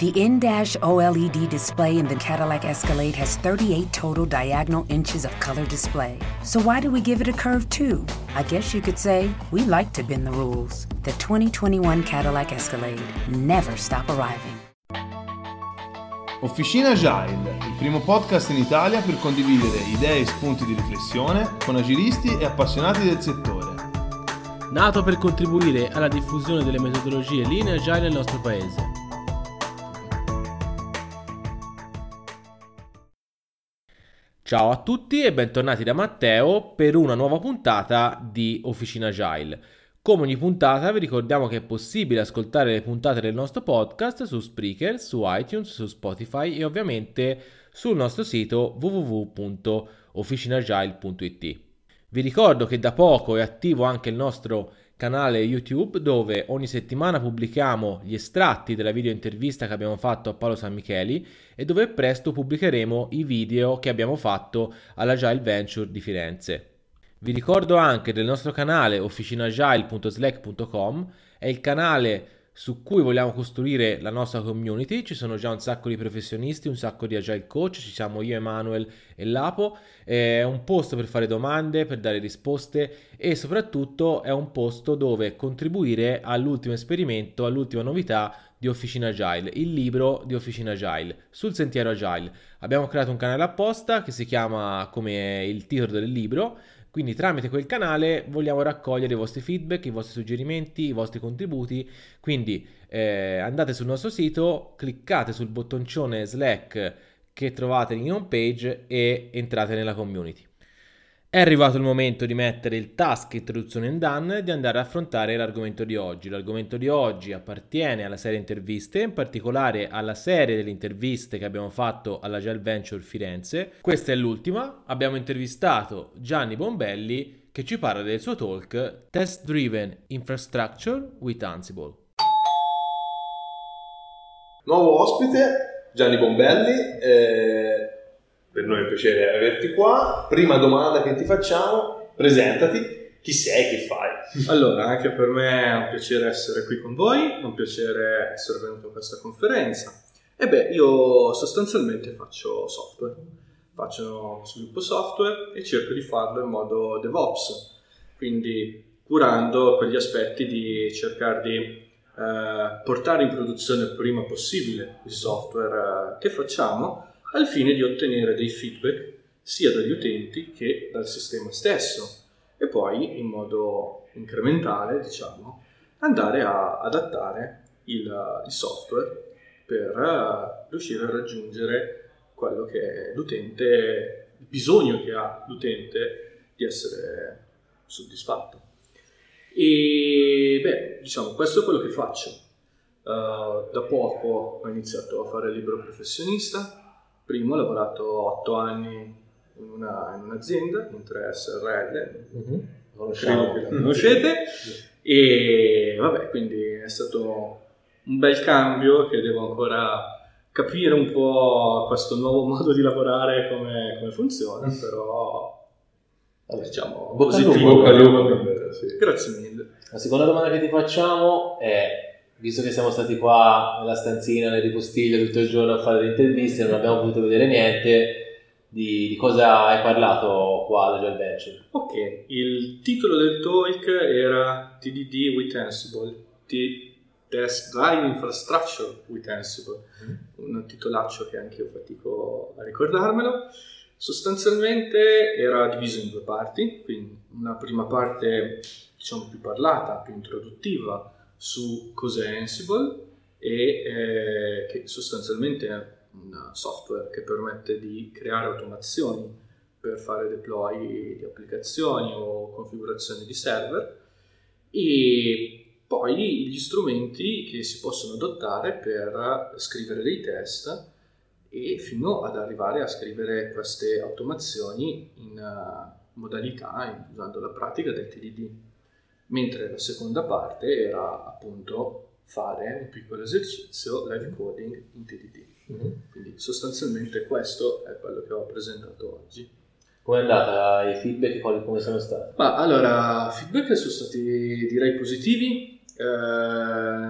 The in-dash OLED display in the Cadillac Escalade has 38 total diagonal inches of color display. So why do we give it a curve too? I guess you could say we like to bend the rules. The 2021 Cadillac Escalade. Never stop arriving. Officina Agile, il primo podcast in Italia per condividere idee e spunti di riflessione con agilisti e appassionati del settore. Nato per contribuire alla diffusione delle metodologie Lean e Agile nel nostro paese. Ciao a tutti e bentornati da Matteo per una nuova puntata di Officina Agile. Come ogni puntata vi ricordiamo che è possibile ascoltare le puntate del nostro podcast su Spreaker, su iTunes, su Spotify e ovviamente sul nostro sito www.officinagile.it. Vi ricordo che da poco è attivo anche il nostro canale YouTube dove ogni settimana pubblichiamo gli estratti della video intervista che abbiamo fatto a Paolo San Micheli e dove presto pubblicheremo i video che abbiamo fatto all'Agile Venture di Firenze. Vi ricordo anche del nostro canale officinagile.slack.com, è il canale su cui vogliamo costruire la nostra community. Ci sono già un sacco di professionisti, un sacco di agile coach, ci siamo io, Emanuel e Lapo. È un posto per fare domande, per dare risposte e soprattutto è un posto dove contribuire all'ultimo esperimento, all'ultima novità di Officina Agile, il libro di Officina Agile, sul sentiero Agile. Abbiamo creato un canale apposta che si chiama come il titolo del libro. Quindi tramite quel canale vogliamo raccogliere i vostri feedback, i vostri suggerimenti, i vostri contributi. Quindi andate sul nostro sito, cliccate sul bottoncione Slack che trovate in home page e entrate nella community. È arrivato il momento di mettere il task introduzione and done e di andare ad affrontare l'argomento di oggi. L'argomento di oggi appartiene alla serie interviste, in particolare alla serie delle interviste che abbiamo fatto all'Agile Venture Firenze. Questa è l'ultima. Abbiamo intervistato Gianni Bombelli che ci parla del suo talk Test Driven Infrastructure with Ansible. Nuovo ospite, Gianni Bombelli. Per noi è un piacere averti qua. Prima domanda che ti facciamo, presentati, chi sei, che fai? Allora, anche per me è un piacere essere qui con voi, è un piacere essere venuto a questa conferenza. Io sostanzialmente faccio software, faccio sviluppo software e cerco di farlo in modo DevOps, quindi curando quegli aspetti di cercare di portare in produzione il prima possibile il software che facciamo, al fine di ottenere dei feedback sia dagli utenti che dal sistema stesso e poi in modo incrementale, andare a adattare il software per riuscire a raggiungere quello che è l'utente, il bisogno che ha l'utente di essere soddisfatto. E questo è quello che faccio. Da poco ho iniziato a fare il libero professionista. Prima ho lavorato 8 anni in un'azienda, in 3 SRL, credo che la conoscete, e quindi è stato un bel cambio che devo ancora capire un po' questo nuovo modo di lavorare, come funziona, però positivo. Sì. Grazie mille. La seconda domanda che ti facciamo è: visto che siamo stati qua nella stanzina, nel ripostiglio tutto il giorno a fare le interviste, non abbiamo potuto vedere niente, di cosa hai parlato qua all'Agile Venture? Ok, il titolo del talk era TDD with Ansible, Test Drive Infrastructure with Ansible, un titolaccio che anche io fatico a ricordarmelo. Sostanzialmente era diviso in 2 parti, quindi una prima parte più parlata, più introduttiva, su cos'è Ansible e che sostanzialmente è un software che permette di creare automazioni per fare deploy di applicazioni o configurazioni di server, e poi gli strumenti che si possono adottare per scrivere dei test e fino ad arrivare a scrivere queste automazioni in modalità usando la pratica del TDD. Mentre la seconda parte era appunto fare un piccolo esercizio live coding in TDD. Quindi sostanzialmente questo è quello che ho presentato oggi. Come è andata? I feedback come sono stati? Allora, feedback sono stati direi positivi.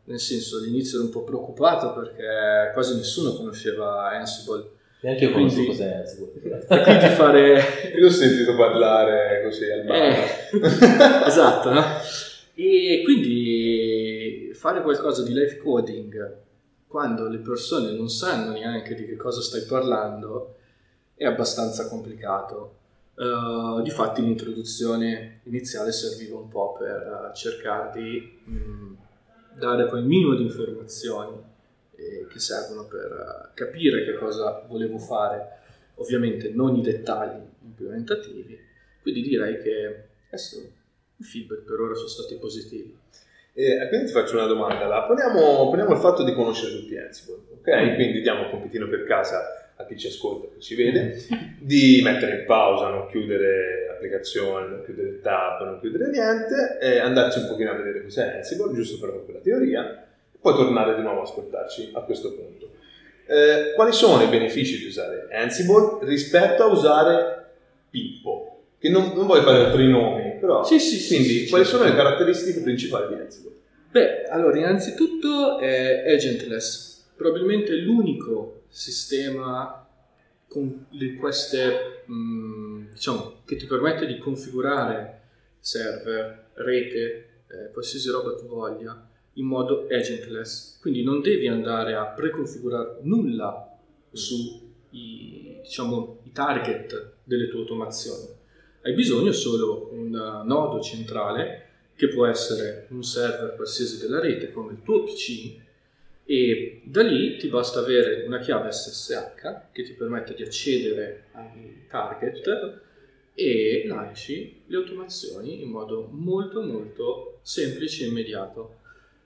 nel senso all'inizio ero un po' preoccupato perché quasi nessuno conosceva Ansible. Neanche io conosco cos'è Ansible. E quindi fare... Io l'ho sentito parlare così al bar. Esatto, no? E quindi fare qualcosa di live coding quando le persone non sanno neanche di che cosa stai parlando è abbastanza complicato. Difatti l'introduzione iniziale serviva un po' per cercare di dare poi il minimo di informazioni che servono per capire che cosa volevo fare, ovviamente non i dettagli implementativi, quindi direi che adesso i feedback per ora sono stati positivi. Quindi ti faccio una domanda là. Poniamo il fatto di conoscere tutti Ansible, ok? Quindi diamo un compitino per casa a chi ci ascolta, chi ci vede, di mettere in pausa, non chiudere l'applicazione, non chiudere il tab, non chiudere niente, e andarci un pochino a vedere cos'è Ansible, giusto per quella teoria, e poi tornare di nuovo a ascoltarci a questo punto. Quali sono i benefici di usare Ansible rispetto a usare Pippo? Che non voglio fare altri nomi, però quindi quali sono le caratteristiche principali di Ansible? Beh, allora innanzitutto è agentless, probabilmente l'unico sistema con queste diciamo che ti permette di configurare server, rete, qualsiasi roba tu voglia in modo agentless, quindi non devi andare a preconfigurare nulla sui target delle tue automazioni. Hai bisogno solo un nodo centrale che può essere un server qualsiasi della rete come il tuo PC, e da lì ti basta avere una chiave SSH che ti permette di accedere ai target e lanci le automazioni in modo molto molto semplice e immediato.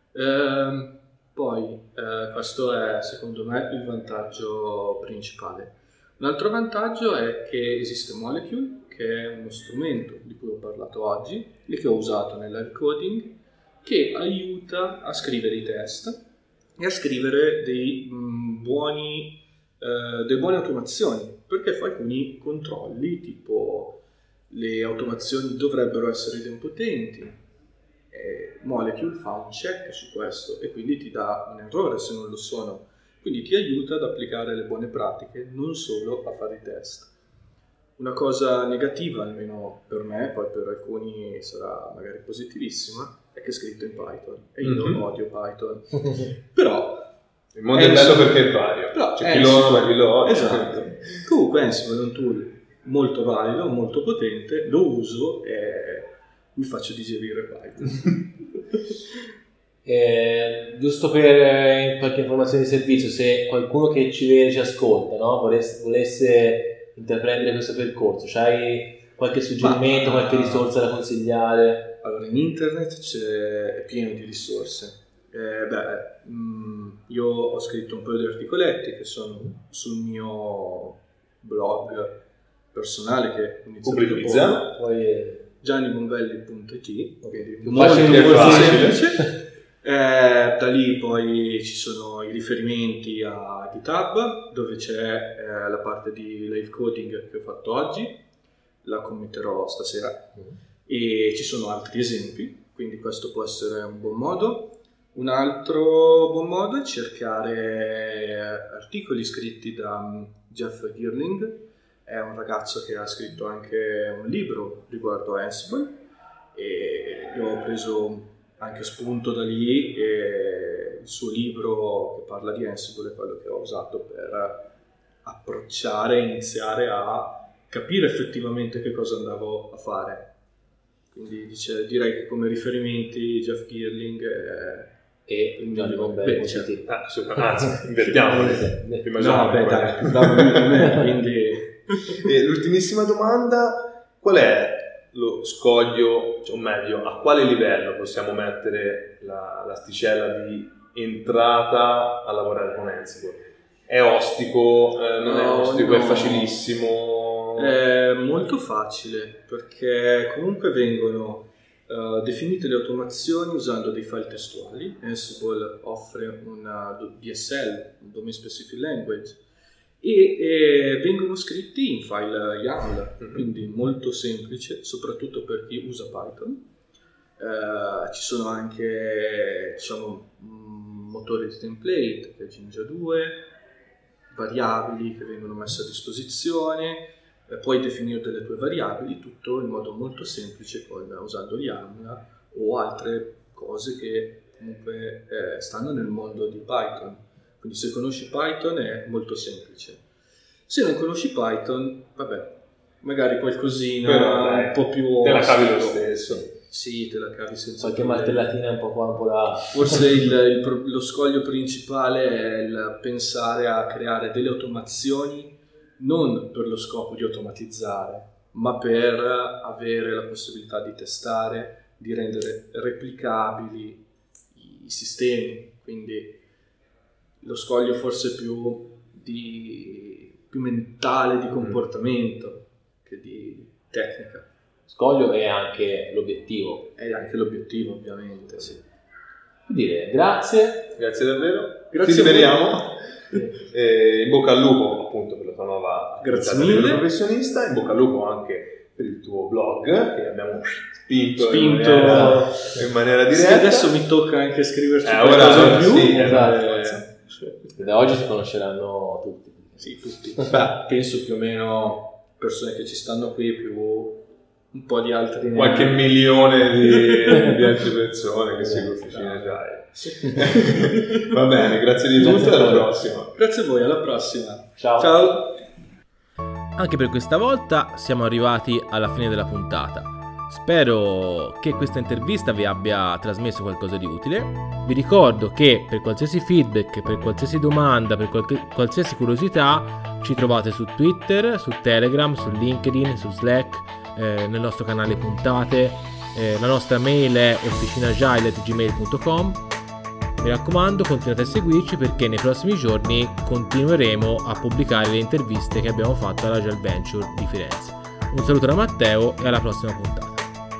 Poi questo è secondo me il vantaggio principale. Un altro vantaggio è che esiste Molecule, che è uno strumento di cui ho parlato oggi e che ho usato nel live coding, che aiuta a scrivere i test e a scrivere delle buone automazioni, perché fa alcuni controlli, tipo le automazioni dovrebbero essere idempotenti. Molecule fa un check su questo e quindi ti dà un errore se non lo sono, quindi ti aiuta ad applicare le buone pratiche, non solo a fare i test. Una cosa negativa, almeno per me, poi per alcuni sarà magari positivissima, è che è scritto in Python e io odio Python. Però il mondo è bello perché è vario, però c'è chi lo ama e chi lo odia. Esatto. Comunque Ansible è un tool molto valido, molto potente, lo uso e mi faccio digerire Python. Giusto per qualche informazione di servizio, se qualcuno che ci vede, ci ascolta, no? volesse intraprendere questo percorso, c'hai qualche suggerimento, qualche risorsa da consigliare? Allora, in internet è pieno di risorse. Io ho scritto un paio di articoletti che sono sul mio blog personale che pubblicizza, poi giannibombelli.it, molto semplice. Da lì poi ci sono i riferimenti a GitHub, dove c'è la parte di live coding che ho fatto oggi, la commenterò stasera, e ci sono altri esempi, quindi questo può essere un buon modo. Un altro buon modo è cercare articoli scritti da Jeff Girling, è un ragazzo che ha scritto anche un libro riguardo Ansible e io ho preso anche spunto da lì, e il suo libro che parla di Ansible è quello che ho usato per approcciare e iniziare a capire effettivamente che cosa andavo a fare. Quindi direi che come riferimenti Jeff Girling e Gianni Bombelli. Anzi, invertiamo. Dai, più bravo di me, quindi... L'ultimissima domanda: qual è lo scoglio, o meglio, a quale livello possiamo mettere l'asticella di entrata a lavorare con Ansible? È ostico? Non è ostico? No. È facilissimo? È molto facile, perché comunque vengono definite le automazioni usando dei file testuali. Ansible offre un DSL, un Domain Specific Language, e vengono scritti in file YAML, quindi molto semplice, soprattutto per chi usa Python. Ci sono anche motore di template che è Jinja 2, variabili che vengono messe a disposizione, puoi definire delle tue variabili, tutto in modo molto semplice usando YAML o altre cose che comunque stanno nel mondo di Python. Quindi se conosci Python è molto semplice. Se non conosci Python, vabbè, magari qualcosina un po' più te la cavi lo stesso. Sì, te la cavi senza qualche martellatina un po' qua, un po' là. Forse lo scoglio principale è il pensare a creare delle automazioni non per lo scopo di automatizzare, ma per avere la possibilità di testare, di rendere replicabili i sistemi. Quindi lo scoglio forse più mentale, di comportamento che di tecnica. Scoglio è anche l'obiettivo. È anche l'obiettivo, ovviamente, sì. Dire grazie. Grazie davvero. Grazie. Ci speriamo. In bocca al lupo appunto per la tua nuova grazie mille professionista, in bocca al lupo anche per il tuo blog che abbiamo spinto in maniera diretta. Sì, adesso mi tocca anche scriverci qualcosa in più. Sì, esatto. Da oggi ti conosceranno tutti. Sì, tutti. Beh, penso più o meno persone che ci stanno qui, più un po' di altri. Qualche milione di altre persone che seguono Officina Agile. Va bene, grazie di tutto, alla prossima. Grazie a voi, alla prossima. Ciao. Anche per questa volta siamo arrivati alla fine della puntata. Spero che questa intervista vi abbia trasmesso qualcosa di utile. Vi ricordo che per qualsiasi feedback, per qualsiasi domanda, per qualsiasi curiosità ci trovate su Twitter, su Telegram, su LinkedIn, su Slack, nel nostro canale puntate. La nostra mail è officinagile@gmail.com. Mi raccomando, continuate a seguirci perché nei prossimi giorni continueremo a pubblicare le interviste che abbiamo fatto alla Agile Venture di Firenze. Un saluto da Matteo e alla prossima puntata.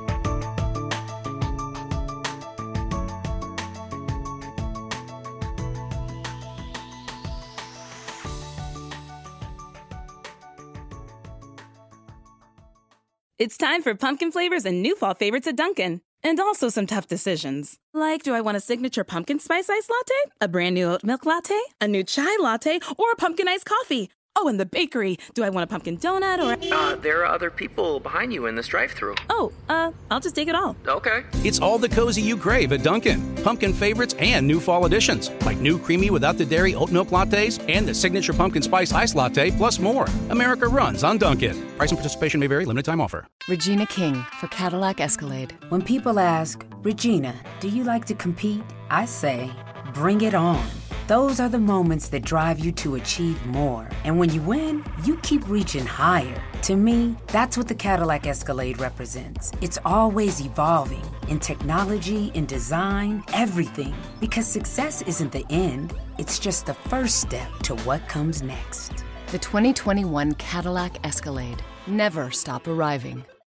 It's time for pumpkin flavors and new fall favorites at Dunkin'. And also some tough decisions. Like, do I want a signature pumpkin spice iced latte? A brand new oat milk latte? A new chai latte? Or a pumpkin iced coffee? Oh, and the bakery. Do I want a pumpkin donut or there are other people behind you in this drive-thru. Oh, I'll just take it all. Okay. It's all the cozy you crave at Dunkin'. Pumpkin favorites and new fall additions, like new creamy without the dairy oat milk lattes and the signature pumpkin spice iced latte, plus more. America runs on Dunkin'. Price and participation may vary. Limited time offer. Regina King for Cadillac Escalade. When people ask, Regina, do you like to compete? I say, bring it on. Those are the moments that drive you to achieve more. And when you win, you keep reaching higher. To me, that's what the Cadillac Escalade represents. It's always evolving in technology, in design, everything. Because success isn't the end, it's just the first step to what comes next. The 2021 Cadillac Escalade. Never stop arriving.